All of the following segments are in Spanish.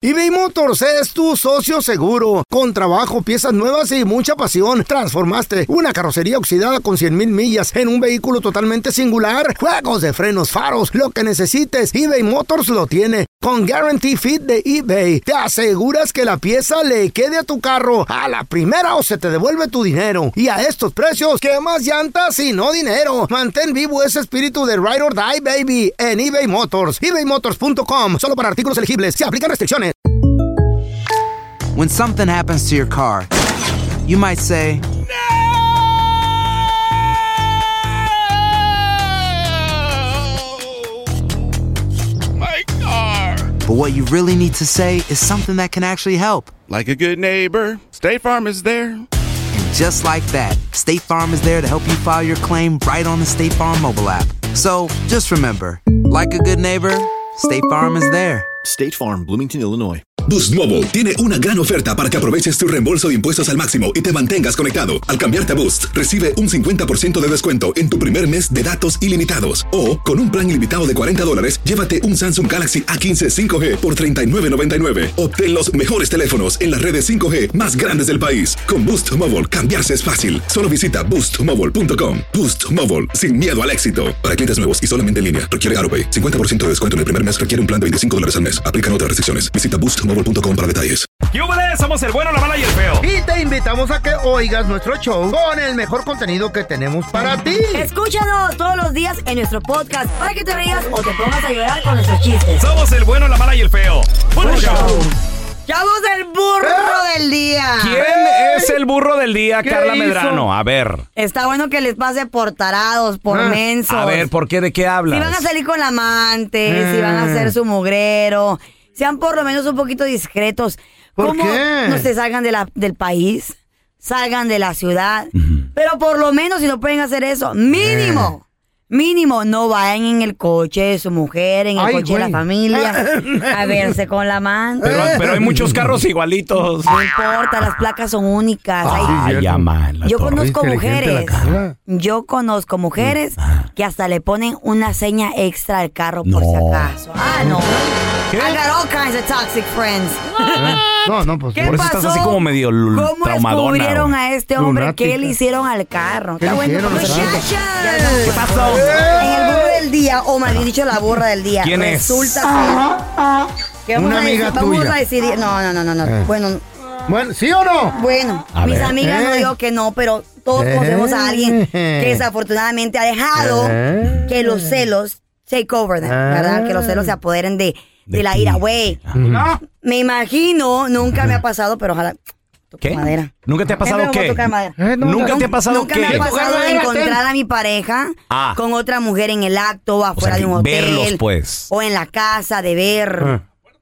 eBay Motors es tu socio seguro. Con trabajo, piezas nuevas y mucha pasión, transformaste una carrocería oxidada con 100,000 millas en un vehículo totalmente singular. Juegos de frenos, faros, lo que necesites, eBay Motors lo tiene. Con Guarantee Fit de eBay, te aseguras que la pieza le quede a tu carro a la primera o se te devuelve tu dinero. Y a estos precios, ¿qué más llantas y no dinero? Mantén vivo ese espíritu de Ride or Die, baby, en eBay Motors. ebaymotors.com. Solo para artículos elegibles. Se aplican restricciones. When something happens to your car, you might say, but what you really need to say is something that can actually help. Like a good neighbor, State Farm is there. And just like that, State Farm is there to help you file your claim right on the State Farm mobile app. So just remember, like a good neighbor, State Farm is there. State Farm, Bloomington, Illinois. Boost Mobile tiene una gran oferta para que aproveches tu reembolso de impuestos al máximo y te mantengas conectado. Al cambiarte a Boost, recibe un 50% de descuento en tu primer mes de datos ilimitados. O, con un plan ilimitado de $40, llévate un Samsung Galaxy A15 5G por $39.99. Obtén los mejores teléfonos en las redes 5G más grandes del país. Con Boost Mobile, cambiarse es fácil. Solo visita boostmobile.com. Boost Mobile, sin miedo al éxito. Para clientes nuevos y solamente en línea, requiere AutoPay. 50% de descuento en el primer mes requiere un plan de $25 al mes. Aplican otras restricciones. Visita boostmobile.com para detalles. ¡Yúbales! Somos el bueno, la mala y el feo. Y te invitamos a que oigas nuestro show con el mejor contenido que tenemos para ti. Escúchanos todos los días en nuestro podcast para que te rías o te pongas a llorar con nuestros chistes. Somos el bueno, la mala y el feo. ¡Buen show! ¡Chavos del burro del día! ¿Quién es el burro del día, Carla Medrano? A ver. Está bueno que les pase por tarados, por mensos. A ver, ¿por qué? ¿De qué hablas? Si van a salir con la amante, si van a hacer su mugrero, sean por lo menos un poquito discretos. ¿Por qué? No se salgan del país, salgan de la ciudad. Pero por lo menos si no pueden hacer eso, mínimo, no vayan en el coche de su mujer, en el coche de la familia, a verse con la amante. Pero hay muchos carros igualitos. No importa, las placas son únicas. Yo conozco mujeres que hasta le ponen una seña extra al carro por si acaso. No. ¿Qué? I got all kinds of toxic friends. Pues ¿Qué por eso pasó? estás así como medio traumadona. ¿Cómo descubrieron a este hombre? ¿Qué le hicieron al carro? ¿Qué le hicieron? ¿Qué pasó? En el burro del día, o más bien dicho, la burra del día. ¿Quién es? Resulta que Una amiga tuya. Vamos a decidir. No. Bueno, ¿sí o no? Bueno, mis amigas no digo que no, pero todos conocemos a alguien que desafortunadamente ha dejado que los celos take over them, ¿verdad? Que los celos se apoderen de la ira, güey. Me imagino, nunca me ha pasado, pero ojalá. ¿Qué? Madera. ¿Nunca te ha pasado qué? ¿Nunca te ha pasado Nunca qué? me ha pasado de encontrar a mi pareja con otra mujer en el acto, afuera de un hotel. Verlos, pues. O en la casa, de ver.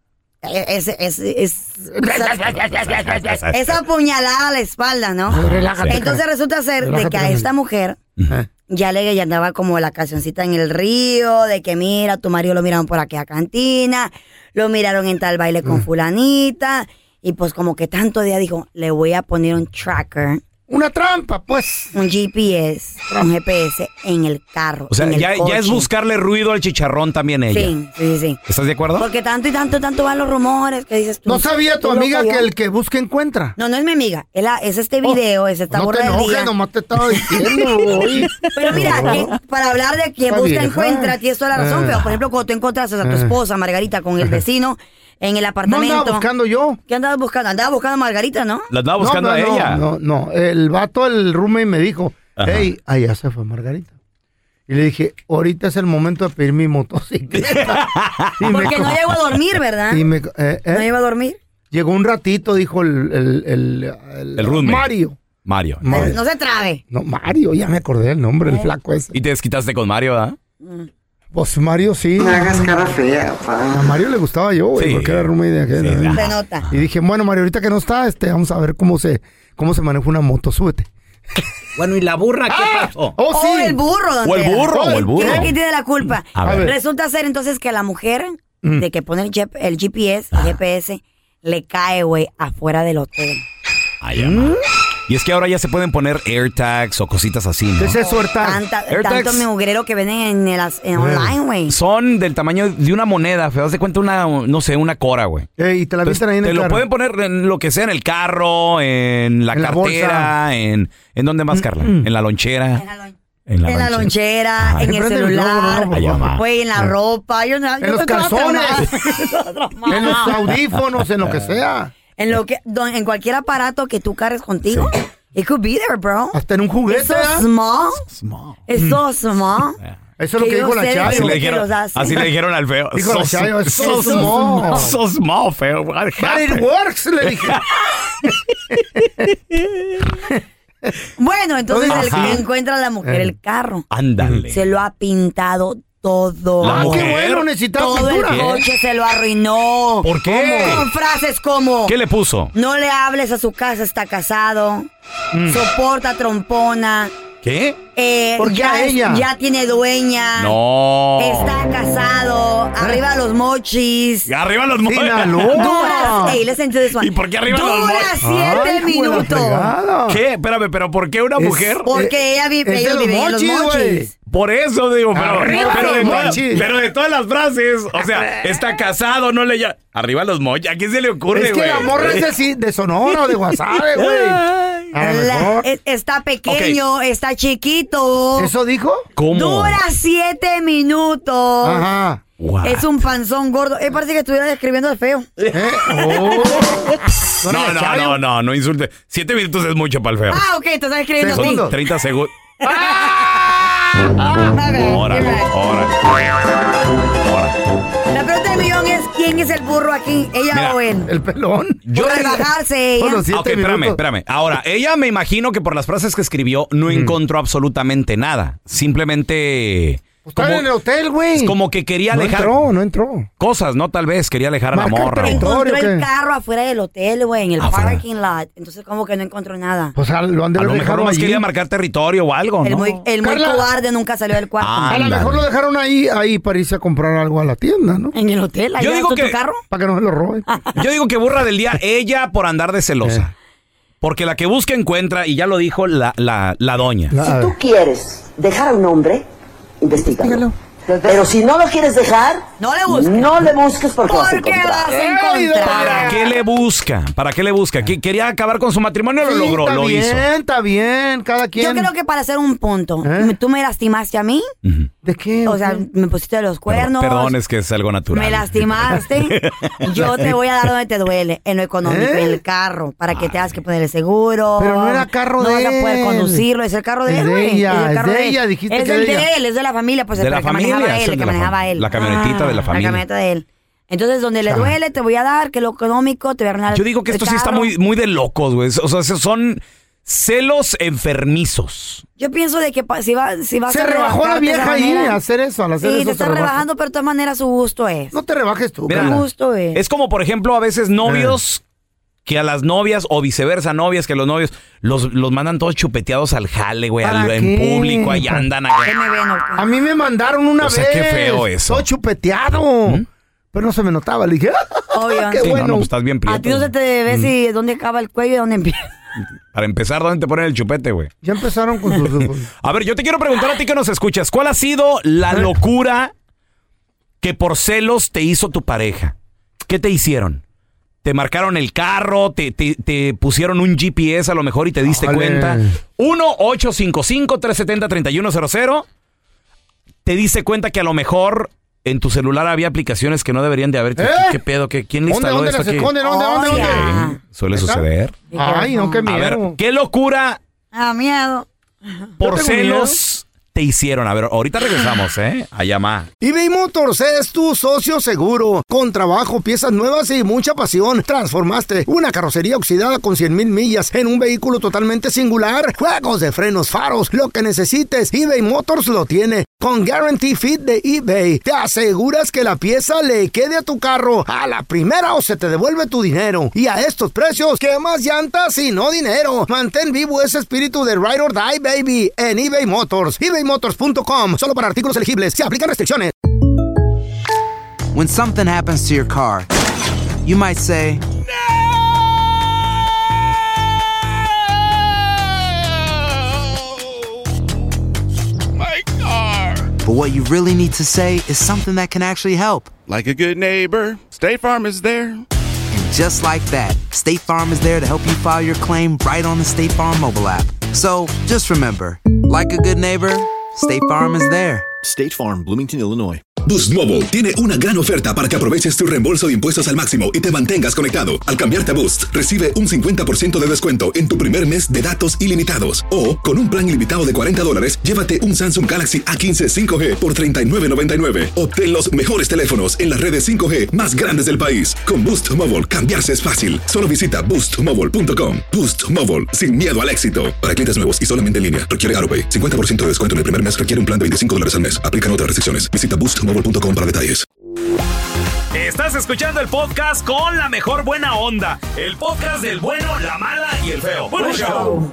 Esa puñalada a la espalda, ¿no? Entonces resulta ser de que a esta mujer ya andaba como la cancioncita en el río, de que mira, tu marido lo miraron por aquella cantina, lo miraron en tal baile con fulanita, y pues como que tanto día dijo, le voy a poner un tracker. Una trampa, pues. Un GPS, un GPS en el carro. O sea, ya coche. es buscarle ruido al chicharrón también ella. Sí. ¿Estás de acuerdo? Porque tanto van los rumores que dices tú. ¿No sabía tu amiga que el que busca encuentra? No es mi amiga. Es este video, es esta burra del día. No te enojes, nomás te estaba diciendo. Pero mira, para hablar de quien busca encuentra, tienes toda la razón. Pero, por ejemplo, cuando tú encontraste a tu esposa, Margarita, con el vecino en el apartamento. No andaba buscando yo. ¿Qué andabas buscando? Andaba buscando a Margarita, ¿no? La andaba buscando a ella. No. El vato, el roommate me dijo, hey, allá se fue Margarita. Y le dije, ahorita es el momento de pedir mi motocicleta. Porque no llegó a dormir, ¿verdad? ¿No llegó a dormir? Llegó un ratito, dijo el roommate. Mario. No se trabe. No, Mario, ya me acordé del nombre, el flaco ese. Y te desquitaste con Mario, ¿verdad? Pues Mario sí. No hagas cara fea, pa. A Mario le gustaba yo, güey, porque era roommate de aquel. Sí, se nota. Y dije, bueno, Mario, ahorita que no está, vamos a ver cómo se maneja una moto, súbete. Bueno, ¿y la burra qué pasó? Sí. El burro, don O el burro. ¿Quién tiene la culpa? A ver. Resulta ser entonces que a la mujer de que pone el GPS le cae, güey, afuera del hotel. Ay, Y es que ahora ya se pueden poner AirTags o cositas así, ¿no? ¿Qué es eso, AirTag? Tanto mugrero que venden en online, güey. Son del tamaño de una moneda, te das de cuenta una cora, güey. Y te la visten ahí en el carro. Te lo pueden poner en lo que sea, en el carro, en la cartera, en ¿dónde más, Carla? En la lonchera. En la lonchera, en el celular, güey, en la ropa. En los calzones, en los audífonos, en lo que sea. En cualquier aparato que tú cargues contigo. Sí. It could be there, bro. Hasta en un juguete. It's so small. It's so small. Eso es lo que dijo la Chayo. Así le dijeron al feo. Dijo la Chayo, es so small. So small, feo. But it works, le dije. Bueno, entonces encuentra a la mujer el carro. Ándale. Se lo ha pintado todo. ¿La mujer? Qué bueno, necesitaba todo pintura. El coche se lo arruinó. ¿Por qué? Con frases como... ¿Qué le puso? No le hables a su casa, está casado. Soporta trompona. ¿Qué? ¿Por qué a ella? Ya tiene dueña. No. Está casado. Arriba los mochis. Arriba los mochis. Listen to this one. ¿Y por qué arriba los mochis? Dura 7 minutos. ¿Qué? Espérame, ¿pero por qué una mujer? Porque ella vive en los mochis. Por eso digo, pero de todas las frases, o sea, está casado, no le llama. Arriba los mochis. ¿A quién se le ocurre, güey? Es que la morra es así, de Sonora o de Guasave, güey. Está pequeño, está chiquito. ¿Eso dijo? ¿Cómo? Dura 7 minutos. Ajá. What? Es un panzón gordo. Parece que estuviera describiendo de feo. No insulte. 7 minutos es mucho para el feo. Ok, te estás escribiendo así. 30 segundos. Ahora. La pregunta del millón es: ¿quién es el burro aquí? ¿Ella o él? El pelón. Por rebajarse ella. Ok, espérame. Ahora, ella me imagino que por las frases que escribió no encontró absolutamente nada. Simplemente... Estaba en el hotel, güey. Es como que quería alejar... No entró. Cosas, ¿no? Tal vez quería alejar a la morra. Encontró el carro afuera del hotel, güey, en el parking lot. Entonces, como que no encontró nada. Pues lo han de a lo mejor nomás allí. Quería marcar territorio o algo, ¿no? El muy cobarde nunca salió del cuarto. A lo mejor lo dejaron ahí para irse a comprar algo a la tienda, ¿no? En el hotel, ahí digo que tu carro. Para que no se lo roben. Yo digo que burra del día ella por andar de celosa. Porque la que busca encuentra, y ya lo dijo la doña. Si tú quieres dejar a un hombre, investígalo. Pero si no lo quieres dejar, no le busques. No le busques porque vas a encontrar. ¿Para qué le busca? ¿Para qué le busca? ¿Quería acabar con su matrimonio? Lo logró, lo hizo. Está bien, cada quien. Yo creo que para hacer un punto, tú me lastimaste a mí. ¿De qué? O sea, me pusiste los cuernos. Perdón, es que es algo natural. Me lastimaste. Yo te voy a dar donde te duele, en lo económico, en el carro, para que tengas que poner el seguro. Pero no era carro de él. No vas a poder conducirlo, es el carro de él, güey. Es de ella, dijiste que es de él, es de la familia, pues de la familia. El que manejaba él. La camionetita de la familia. La camioneta de él. Entonces, donde le duele, te voy a dar, que lo económico, te voy a arreglar. Yo digo que esto sí está muy de locos, güey. O sea, son celos enfermizos. Yo pienso de que si va se rebajó la vieja ahí a hacer eso, al hacer eso. Sí, te está rebajando, pero de todas maneras su gusto es. No te rebajes tú. Mira, su gusto es. Es como, por ejemplo, a veces novios que a las novias, o viceversa, novias que los novios los mandan todos chupeteados al jale, güey, en público, ahí andan. A mí me mandaron una vez. O sea, qué feo eso. Todo chupeteado. Pero no se me notaba. Le dije, qué sí, bueno. No, pues estás bien prieto. A ti no se te ve si dónde acaba el cuello y dónde empieza. Para empezar, ¿dónde te ponen el chupete, güey? Ya empezaron con sus... A ver, yo te quiero preguntar a ti que nos escuchas. ¿Cuál ha sido la locura que por celos te hizo tu pareja? ¿Qué te hicieron? ¿Te marcaron el carro? ¿Te pusieron un GPS a lo mejor y te diste cuenta? 1-855-370-3100. ¿Te diste cuenta que a lo mejor en tu celular había aplicaciones que no deberían de haber? ¿Qué pedo? ¿Quién le instaló esto aquí? ¿Dónde? Suele suceder. Ay, no, qué miedo. A ver, ¿qué locura miedo por celos te hicieron? A ver, ahorita regresamos, a llamar. eBay Motors es tu socio seguro. Con trabajo, piezas nuevas y mucha pasión. Transformaste una carrocería oxidada con 100,000 millas en un vehículo totalmente singular. Juegos de frenos, faros, lo que necesites, eBay Motors lo tiene. Con Guarantee Fit de eBay, te aseguras que la pieza le quede a tu carro a la primera o se te devuelve tu dinero. Y a estos precios, ¿qué más llantas y no dinero? Mantén vivo ese espíritu de Ride or Die, baby, en eBay Motors. ebaymotors.com. Solo para artículos elegibles. Se aplican restricciones. When something happens to your car, you might say, But what you really need to say is something that can actually help. Like a good neighbor, State Farm is there. And just like that, State Farm is there to help you file your claim right on the State Farm mobile app. So just remember, like a good neighbor, State Farm is there. State Farm, Bloomington, Illinois. Boost Mobile tiene una gran oferta para que aproveches tu reembolso de impuestos al máximo y te mantengas conectado. Al cambiarte a Boost, recibe un 50% de descuento en tu primer mes de datos ilimitados. O, con un plan ilimitado de $40, llévate un Samsung Galaxy A15 5G por $39.99. Obtén los mejores teléfonos en las redes 5G más grandes del país. Con Boost Mobile, cambiarse es fácil. Solo visita boostmobile.com. Boost Mobile, sin miedo al éxito. Para clientes nuevos y solamente en línea, requiere AutoPay. 50% de descuento en el primer mes requiere un plan de $25 al mes. Aplican otras restricciones. Visita boostmobile.com para detalles. Estás escuchando el podcast con la mejor buena onda. El podcast del bueno, la mala y el feo. ¡Buen show!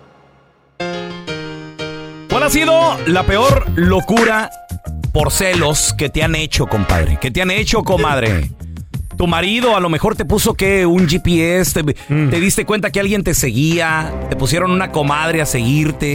¿Cuál ha sido la peor locura por celos que te han hecho, compadre? ¿Qué te han hecho, comadre? Tu marido a lo mejor te puso que un GPS, te diste cuenta que alguien te seguía, te pusieron una comadre a seguirte.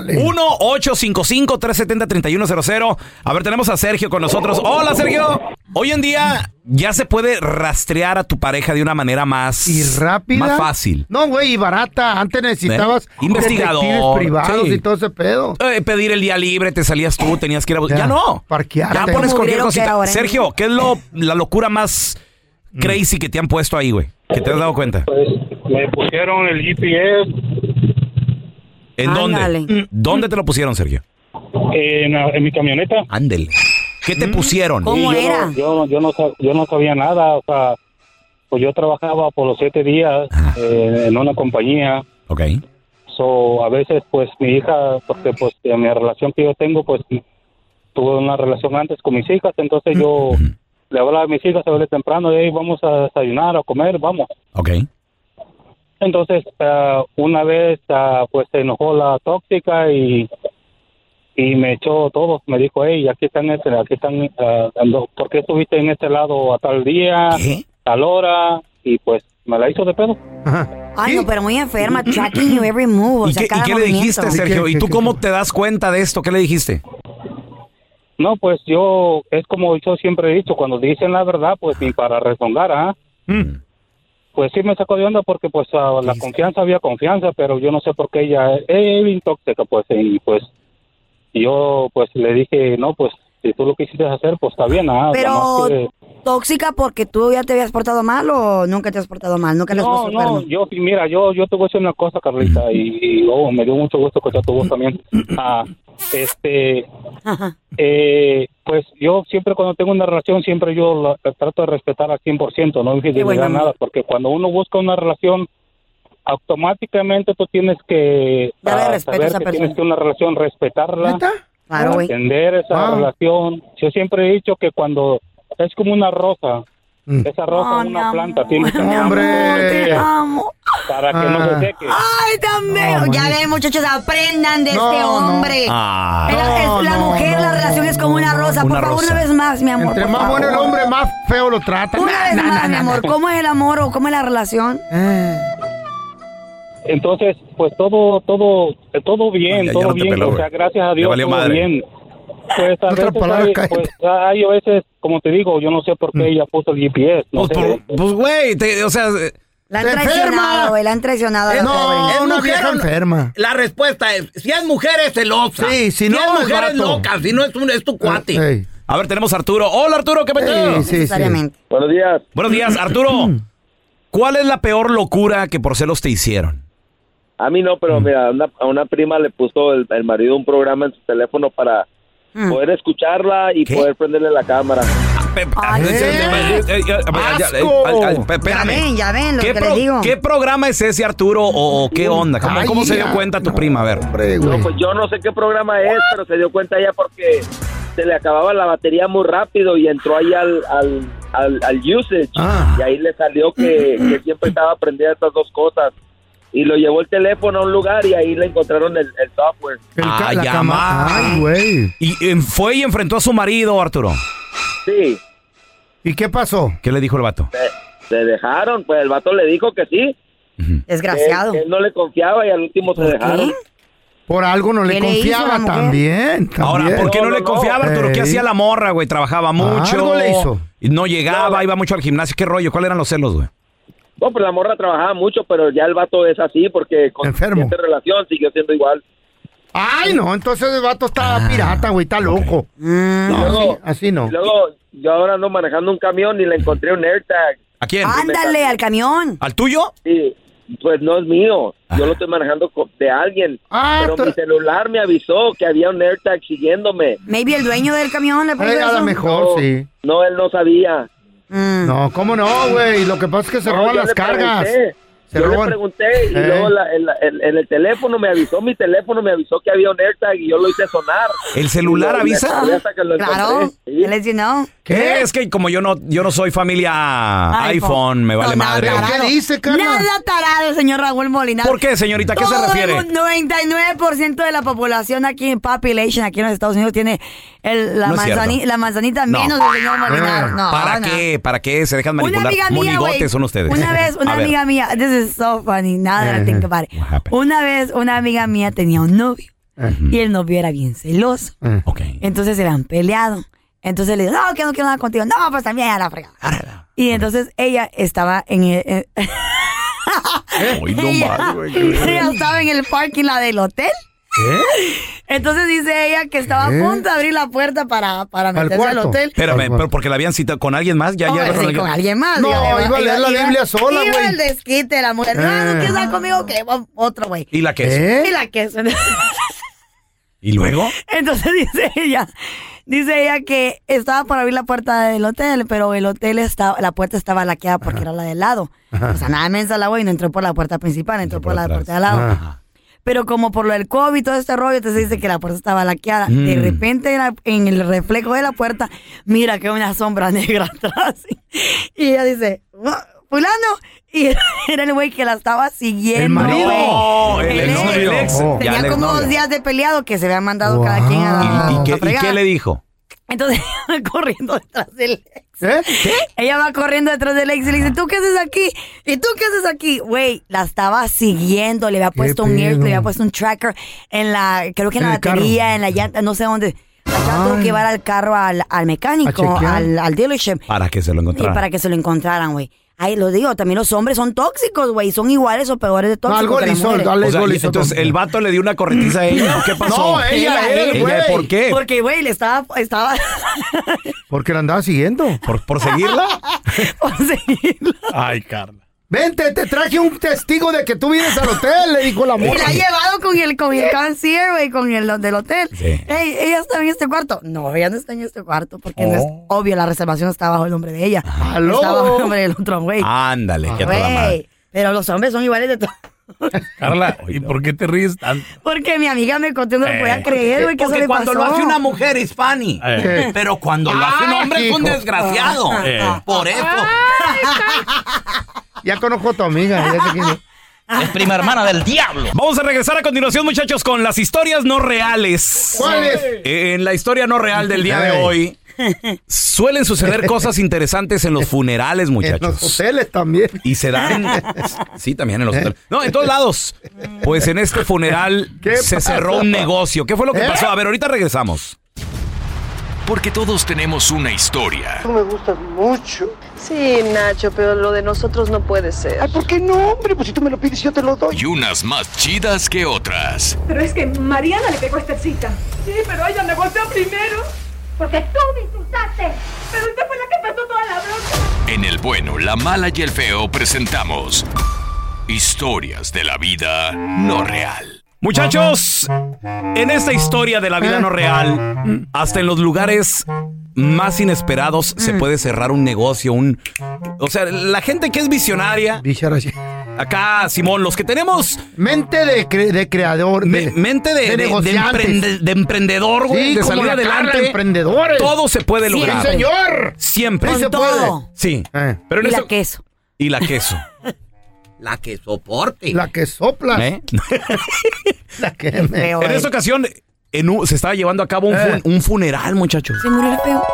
1-855-370-3100. A ver, tenemos a Sergio con nosotros. Hola, Sergio. Hoy en día ya se puede rastrear a tu pareja de una manera más y rápida, más fácil. No, güey, y barata. Antes necesitabas investigador, detectives privados sí, y todo ese pedo. Pedir el día libre, te salías tú, tenías que ir a buscar. Ya no. Parquearte. Ya pones cualquier cosita. Ahora, Sergio, ¿qué es la locura más crazy que te han puesto ahí, güey? ¿Que te has dado cuenta? Pues me pusieron el GPS. ¿En dónde? ¿Dónde te lo pusieron, Sergio? En mi camioneta. Ándele. ¿Qué te pusieron? ¿Cómo era? Yo no sabía nada, o sea, pues yo trabajaba por los 7 días en una compañía. Ok. So, a veces, pues, mi hija, porque, pues, en mi relación que yo tengo, pues, tuve una relación antes con mis hijas, entonces yo le hablaba a mis hijas a verle temprano, y vamos a desayunar, a comer, vamos. Ok. Entonces, una vez, pues, se enojó la tóxica y me echó todo. Me dijo, hey, aquí están, ¿por qué estuviste en este lado a tal día, tal hora? Y pues me la hizo de pedo. Ay, no, pero muy enferma, tracking you every move. ¿Y qué le dijiste, Sergio? ¿Y tú cómo te das cuenta de esto? ¿Qué le dijiste? No, pues es como yo siempre he dicho, cuando dicen la verdad, pues ni para rezongar, Pues sí me sacó de onda porque pues la confianza, había confianza, pero yo no sé por qué ella es bien tóxica, pues, y pues yo pues le dije, no, pues si tú lo quisiste hacer, pues está bien. Pero tóxica porque tú ya te habías portado mal o nunca te has portado mal, nunca le has puesto cuerno. Yo te voy a decir una cosa, Carlita, y me dio mucho gusto escuchar tu voz también. Pues yo siempre cuando tengo una relación, siempre yo la trato de respetar al 100%, no dije de nada, porque cuando uno busca una relación, automáticamente tú tienes que saber que tienes que una relación, respetarla, claro, entender esa relación. Yo siempre he dicho que cuando es como una rosa, esa rosa es una planta, tienes que te amo. Para que no se seque. Ay, también. Ya ven, muchachos, aprendan de este hombre. La mujer, la relación es como una rosa. Por favor, una vez más, mi amor. Entre más bueno el hombre, más feo lo trata. Una vez más, mi amor. ¿Cómo es el amor o cómo es la relación? Entonces, pues todo bien, todo bien. O sea, gracias a Dios, todo bien. Pues hay a veces, como te digo, yo no sé por qué ella puso el GPS. Pues, güey, o sea... La han traicionado, güey, la han traicionado. No, es una vieja enferma. La respuesta es, si es mujer es celosa. Sí, si no es mujer es loca, si no es tu cuate. A ver, tenemos a Arturo. Hola, Arturo, ¿qué pasó? Sí. Buenos días. Buenos días, Arturo. ¿Cuál es la peor locura que por celos te hicieron? A mí no, pero mira, a una prima le puso el marido un programa en su teléfono para poder escucharla y poder prenderle la cámara. Ya ven lo que les digo. ¿Qué programa es ese, Arturo? ¿O qué onda? ¿Cómo se dio cuenta tu prima? A ver. No, pues yo no sé qué programa es, pero se dio cuenta ella porque se le acababa la batería muy rápido y entró ahí al usage. Y ahí le salió que siempre estaba prendida estas dos cosas. Y lo llevó el teléfono a un lugar y ahí le encontraron el software. Ay, güey. Y fue y enfrentó a su marido, Arturo. Sí. ¿Y qué pasó? ¿Qué le dijo el vato? Se dejaron, pues el vato le dijo que sí. Desgraciado. Él no le confiaba y al último se dejaron. Por algo no le ¿Qué le hizo confiaba la mujer? también. Ahora, ¿por qué no le confiaba, Arturo? ¿Qué hacía la morra, güey? Trabajaba mucho. Algo le hizo. Y no llegaba, iba mucho al gimnasio. ¿Qué rollo? ¿Cuáles eran los celos, güey? No, pues la morra trabajaba mucho, pero ya el vato es así porque con Enfermo. esta relación siguió siendo igual. Ay, no, entonces el vato está pirata, güey, está loco. No, Luego- así no. Y luego yo ahora ando manejando un camión y le encontré un AirTag. ¿A quién? Ándale, al camión. ¿Al tuyo? Sí, pues no es mío. Yo lo estoy manejando de alguien. Pero mi celular me avisó que había un AirTag siguiéndome. Maybe el dueño del camión le puso A lo eso. mejor, No, sí. No, él no sabía. No, ¿cómo no, güey? Lo que pasa es que se No, roban yo las le cargas. pregunté. Se Yo le roban. pregunté y luego en el teléfono me avisó, mi teléfono me avisó que había un AirTag y yo lo hice sonar. ¿El celular Y lo- avisa? hasta que lo Claro, encontré. Sí. él you know. ¿Qué? Es que como yo no soy familia iPhone, me vale No, nada madre. tarado. ¿Qué dice, Carla? Nada tarado, señor Raúl Molina. ¿Por qué, señorita? ¿A qué se Todo refiere? el 99% de la población aquí en population, aquí en los Estados Unidos, tiene No es cierto. la manzanita No. menos del señor Molina. No, ¿Para no. qué? ¿Para qué? Se dejan Una manipular. amiga mía, Monigotes güey. son ustedes. Una vez, una A ver. amiga mía, this is so funny, now that I think about it. Una vez, una amiga mía tenía un novio y el novio era bien celoso. Ok. Entonces se habían peleado. Entonces le dijo, no, que no quiero nada contigo. No, pues también a la fregada. Y entonces ella estaba en el... Hoy no ella, más, güey. ella estaba en el parking la del hotel. Entonces dice ella que estaba a punto de abrir la puerta para meterse al hotel. Espérame, pero porque la habían citado con alguien más. Ya, Oh, ya. sí, con alguien más. No, iba a leer la Biblia sola, Iba güey. el desquite de la mujer. No, no quieres estar conmigo, que va otro güey. ¿Y la queso? Y la queso. ¿Y luego? Entonces dice ella que estaba por abrir la puerta del hotel, pero el hotel la puerta estaba laqueada porque era la del lado. O sea, nada mensa la güey, no entró por la puerta principal, entró por la puerta de al lado. Ajá. Pero como por lo del COVID y todo este rollo, entonces dice que la puerta estaba laqueada. De repente en el reflejo de la puerta, mira que una sombra negra atrás. Y ella dice, fulano. Y era el güey que la estaba siguiendo. El marido. güey. Oh, el ex. ex. Oh. Ya Tenía el como exnovio. 2 días de peleado que se habían mandado cada quien a ¿Y a fregar. qué le dijo? Entonces va corriendo detrás del ex. ¿Eh? Ella va corriendo detrás del ex y le dice, ¿tú qué haces aquí? ¿Y tú qué haces aquí? Güey, la estaba siguiendo, le había puesto un pedo? le había puesto un tracker en creo que en la En el batería, carro. en la llanta, no sé dónde. Acá tuvo que llevar al carro al mecánico, A chequear. al dealership. Para que se lo Y encontraran. para que se lo encontraran, güey. Ay, lo digo, también los hombres son tóxicos, güey. Son iguales o peores de tóxicos Algo que le las hizo, mujeres. O sea, algo le y hizo. entonces el vato le dio una corretiza a ella. ¿Qué pasó? No, ella, él, güey. ¿Por qué? Porque, güey, le estaba Porque la andaba siguiendo. ¿Por seguirla? por seguirla. Ay, Carla. Vente, te traje un testigo de que tú vienes al hotel, le dijo la Y la morra. ha llevado con el concierge, güey, con el del hotel. Sí. Ey, ella está en este cuarto. No, ella no está en este cuarto porque no es obvio, la reservación está bajo el nombre de ella. ¿Aló? Está bajo el nombre del otro, güey. Ándale, que a toda madre. Güey, pero los hombres son iguales de todo. Carla, ¿y por qué te ríes tanto? Porque mi amiga me contó, no lo podía creer, güey, que eso Porque le cuando pasó. lo hace una mujer hispani, pero cuando lo hace un hombre es un hijo. desgraciado. Por eso. Ya conozco a tu amiga, ya sé quién es. Es prima hermana del diablo. Vamos a regresar a continuación, muchachos, con las historias no reales. ¿Cuáles? En la historia no real del día de hoy, suelen suceder cosas interesantes en los funerales, En muchachos. los hoteles también. Y se dan... Sí, también en los hoteles. No, en todos lados. Pues en este funeral ¿Qué se pasa? cerró un negocio. ¿Qué fue lo que pasó? A ver, ahorita regresamos. Porque todos tenemos una historia. Tú me gustas mucho. Sí, Nacho, pero lo de nosotros no puede ser. Ay, ¿por qué no, hombre? Pues si tú me lo pides, yo te lo doy. Y unas más chidas que otras. Pero es que Mariana le pegó esta cita. Sí, pero ella me golpeó primero. Porque tú me insultaste. Pero usted fue la que pasó toda la bronca. En El Bueno, la Mala y el Feo presentamos historias de la vida no real. Muchachos, en esta historia de la vida no real, hasta en los lugares más inesperados se puede cerrar un negocio, o sea, la gente que es visionaria. Acá, Simón, los que tenemos mente de creador, mente de negociantes. de emprendedor, güey, Sí, de como salir la adelante. Carla, emprendedores. Todo se puede lograr. Sí, señor. Siempre. Sí se puede. Sí. Pero en Y la eso- queso. Y la queso. La que soporte. La que soplas. ¿Eh? La que Feo, En esa ocasión se estaba llevando a cabo un funeral, muchachos. Se murió el feo.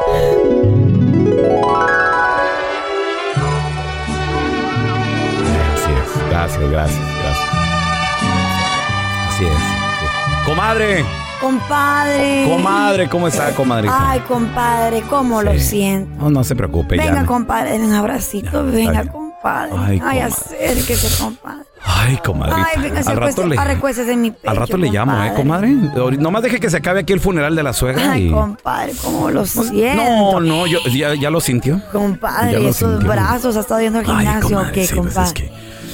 Así es. Gracias. Así es. Comadre. Compadre. Comadre, ¿cómo está, comadrita? Ay, compadre, ¿cómo lo siento? No se preocupe. Venga, ya. compadre, un abracito. Venga, compadre. Ay, acérquese, compadre. Ay, comadrita. Ay, venga, al recuéstese en mi pecho. Al rato le llamo, comadre. Nomás deje que se acabe aquí el funeral de la suegra. Ay, compadre, ¿cómo lo siento? No, ya lo sintió. Compadre, esos brazos, ¿ha estado yendo al gimnasio o qué, compadre?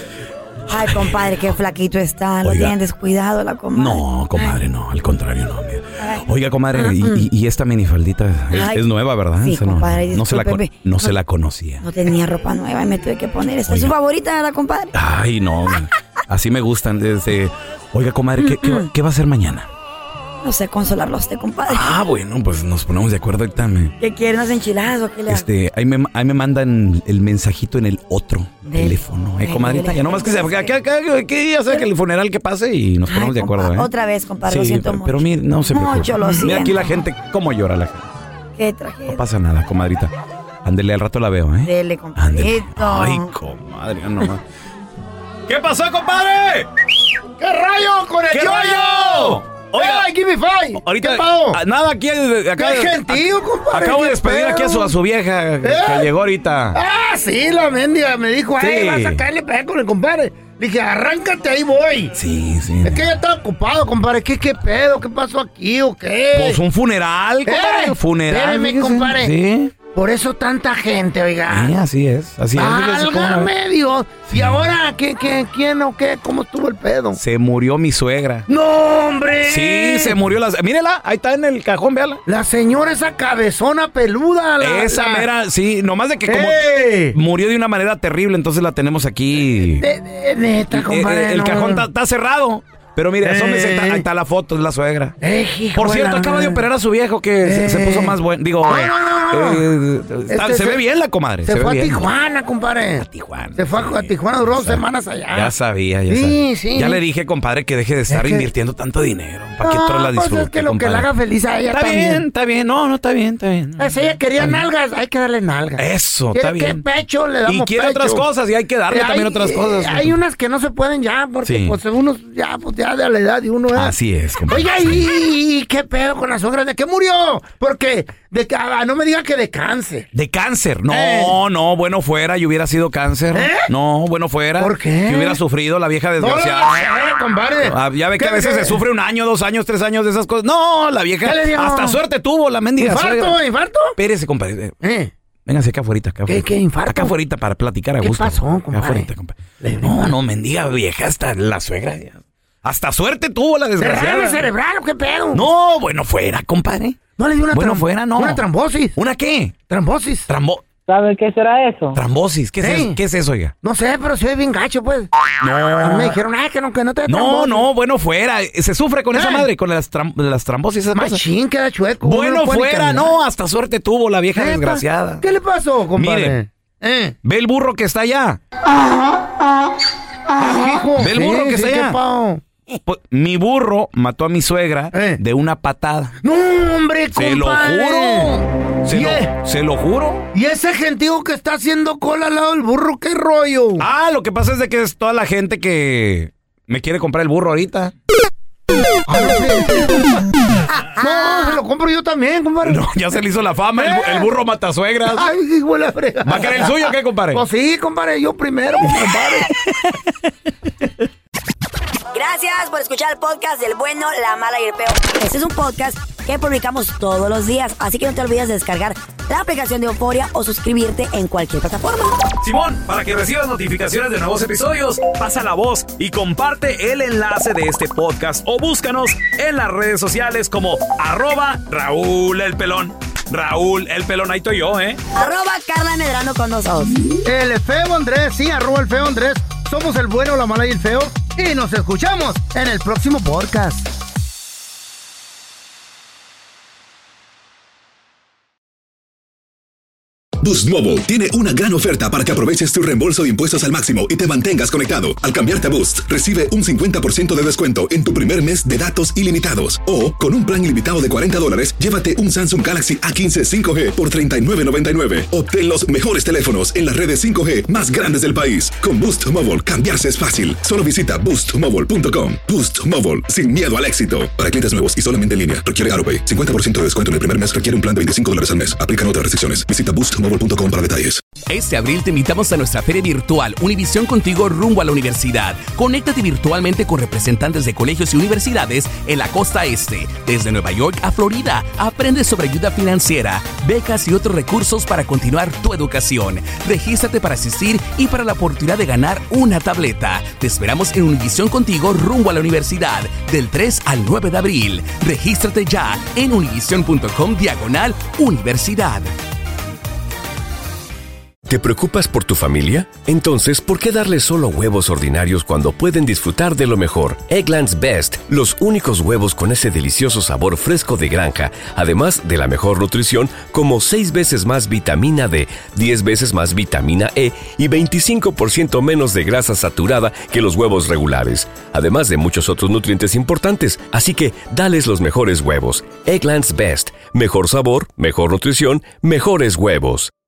Ay, compadre, qué flaquito está. Lo tienen descuidado la comadre. No, comadre, no. Al contrario, no. Oiga, comadre, y esta minifaldita es nueva, ¿verdad? Sí, compadre. No se la conocía. No tenía ropa nueva y me tuve que poner esta. ¿Es su favorita, verdad, compadre? Ay, no. Así me gustan. Oiga, comadre, ¿qué va a hacer mañana? No sé, consolarlo a usted, compadre. Bueno, pues nos ponemos de acuerdo ahorita. ¿Qué quieren? ¿Unas enchiladas o qué le hago? Ahí me mandan el mensajito en el otro teléfono, comadrita. Ya nomás que ya sea que el funeral que pase y nos ponemos de acuerdo, Otra vez, compadre, lo siento mucho. Pero mire, no se preocupe. Mucho lo siento. Mira aquí la gente, cómo llora la gente. Qué tragedia. No pasa nada, comadrita. Ándele, al rato la veo, Dele, compadrito. Ay, comadre, nomás. ¿Qué pasó, compadre? ¿Qué rayo con el yoyo? Oiga, ¡Ay, give me five! Ahorita, ¿Qué pasó? nada aquí. Acá, ¡Qué gentío, compadre! Acabo de despedir aquí a su vieja que llegó ahorita. Ah, sí, la mendiga me dijo, ay, vas a caerle pegar con el compadre. Le dije, arráncate, ahí voy. Sí. Es que ella estaba ocupado, compadre. ¿Qué pedo? ¿Qué pasó aquí o qué? Pues un funeral, compadre. Funeral. Espérame, compadre. Sí. Por eso tanta gente, oiga. Sí, así es. ¡Válgame Dios! Sí. ¿Y ahora quién o qué? ¿Cómo estuvo el pedo? Se murió mi suegra. ¡No, hombre! Sí, se murió mírela, ahí está en el cajón, véala. La señora esa cabezona peluda. Esa mera, sí, nomás de que como murió de una manera terrible, entonces la tenemos aquí. Neta, compadre. El cajón está cerrado. Pero mire, asómese, ahí está la foto, es la suegra. Por cierto, acaba de operar a su viejo que se puso más bueno. Digo, se ve bien la comadre. Se fue a Tijuana, compadre. A Tijuana. Se fue a Tijuana, duró 2 semanas allá. Ya sabía. Sí. Ya le dije, compadre, que deje de estar invirtiendo tanto dinero. Para que otros la disfruten. Pues es que lo que le haga feliz a ella está bien. No, está bien. Pues ella quería nalgas, hay que darle nalgas. Eso, está bien. ¿Qué pecho le damos? Y quiere otras cosas y hay que darle también otras cosas. Hay unas que no se pueden ya, porque pues unos ya de la edad de uno es. Así es, compadre. Oiga, ¿y qué pedo con la suegra? ¿De qué murió? Porque no me diga que de cáncer. ¿De cáncer? No, bueno fuera y hubiera sido cáncer. No, bueno fuera. ¿Por qué? Que hubiera sufrido la vieja desgraciada. No, compadre. Ya ve que a veces se sufre 1 año, 2 años, 3 años de esas cosas. No, la vieja hasta suerte tuvo la mendiga suegra. ¿Infarto? Espérese, compadre. Véngase acá afuera. ¿Qué infarto? Acá afuera para platicar a gusto. ¿Qué pasó, compadre? Acá afuera, compadre. No, mendiga vieja, hasta la suegra. Hasta suerte tuvo la desgraciada. ¿Derrame cerebral o qué pedo? No, bueno fuera, compadre. ¿No le dio una fuera, no. ¿Una trombosis? ¿Una qué? Trombosis. ¿Saben qué será eso? Trombosis. ¿Qué es eso, oiga? No sé, pero se ve bien gacho, pues. No. Me dijeron, que no te da trombosis. No, bueno fuera. Se sufre con esa madre, con las trombosis. Machín, queda chueco. Bueno fuera, no. Hasta suerte tuvo la vieja desgraciada. ¿Qué le pasó, compadre? Mire, ve el burro que está allá. Ve el burro que está allá. Pues, mi burro mató a mi suegra de una patada. ¡No, hombre, compadre! Se lo juro. ¿Y ese gentío que está haciendo cola al lado del burro, qué rollo? Lo que pasa es de que es toda la gente que me quiere comprar el burro ahorita. No, se lo compro yo también, compadre. No, ya se le hizo la fama, el burro mata suegras. Ay, hijo de la frega. ¿Va a querer el suyo o qué, compadre? Pues sí, compadre, yo primero, compadre. Gracias por escuchar el podcast del bueno, la mala y el peor. Este es un podcast que publicamos todos los días, así que no te olvides de descargar la aplicación de Euforia o suscribirte en cualquier plataforma. Simón, para que recibas notificaciones de nuevos episodios, pasa la voz y comparte el enlace de este podcast o búscanos en las redes sociales como @Raúl el Pelón. Raúl el Pelón, ahí estoy yo, @Carla Medrano con 2 O's. El feo Andrés, sí, @el feo Andrés. Somos el bueno, la mala y el feo. Y nos escuchamos en el próximo podcast. Boost Mobile tiene una gran oferta para que aproveches tu reembolso de impuestos al máximo y te mantengas conectado. Al cambiarte a Boost, recibe un 50% de descuento en tu primer mes de datos ilimitados. O, con un plan ilimitado de $40, llévate un Samsung Galaxy A15 5G por $39.99. Obtén los mejores teléfonos en las redes 5G más grandes del país. Con Boost Mobile, cambiarse es fácil. Solo visita boostmobile.com. Boost Mobile, sin miedo al éxito. Para clientes nuevos y solamente en línea, requiere AutoPay. 50% de descuento en el primer mes requiere un plan de $25 al mes. Aplican otras restricciones. Visita boostmobile.com para detalles. Este abril te invitamos a nuestra feria virtual Univisión Contigo rumbo a la universidad. Conéctate virtualmente con representantes de colegios y universidades en la costa este, desde Nueva York a Florida. Aprende sobre ayuda financiera, becas y otros recursos para continuar tu educación. Regístrate para asistir y para la oportunidad de ganar una tableta. Te esperamos en Univisión Contigo rumbo a la universidad del 3 al 9 de abril. Regístrate ya en univision.com/universidad. ¿Te preocupas por tu familia? Entonces, ¿por qué darles solo huevos ordinarios cuando pueden disfrutar de lo mejor? Eggland's Best, los únicos huevos con ese delicioso sabor fresco de granja, además de la mejor nutrición, como 6 veces más vitamina D, 10 veces más vitamina E y 25% menos de grasa saturada que los huevos regulares, además de muchos otros nutrientes importantes. Así que, dales los mejores huevos. Eggland's Best, mejor sabor, mejor nutrición, mejores huevos.